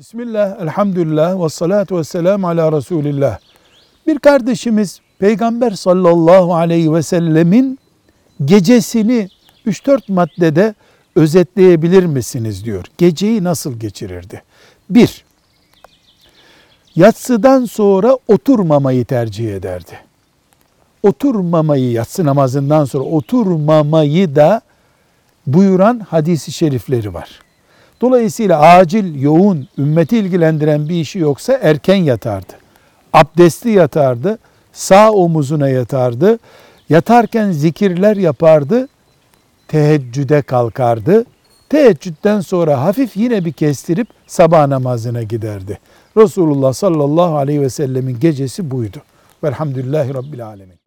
Bismillah, elhamdülillah, ve salatu ve selamu ala Resulillah. Bir kardeşimiz Peygamber sallallahu aleyhi ve sellemin gecesini 3-4 maddede özetleyebilir misiniz diyor. Geceyi nasıl geçirirdi? 1. Yatsıdan sonra oturmamayı tercih ederdi. Oturmamayı, yatsı namazından sonra oturmamayı da buyuran hadisi şerifleri var. Dolayısıyla acil, yoğun, ümmeti ilgilendiren bir işi yoksa erken yatardı. Abdestli yatardı, sağ omuzuna yatardı. Yatarken zikirler yapardı, teheccüde kalkardı. Teheccüden sonra hafif yine bir kestirip sabah namazına giderdi. Resulullah sallallahu aleyhi ve sellemin gecesi buydu. Velhamdülillahi Rabbil alemin.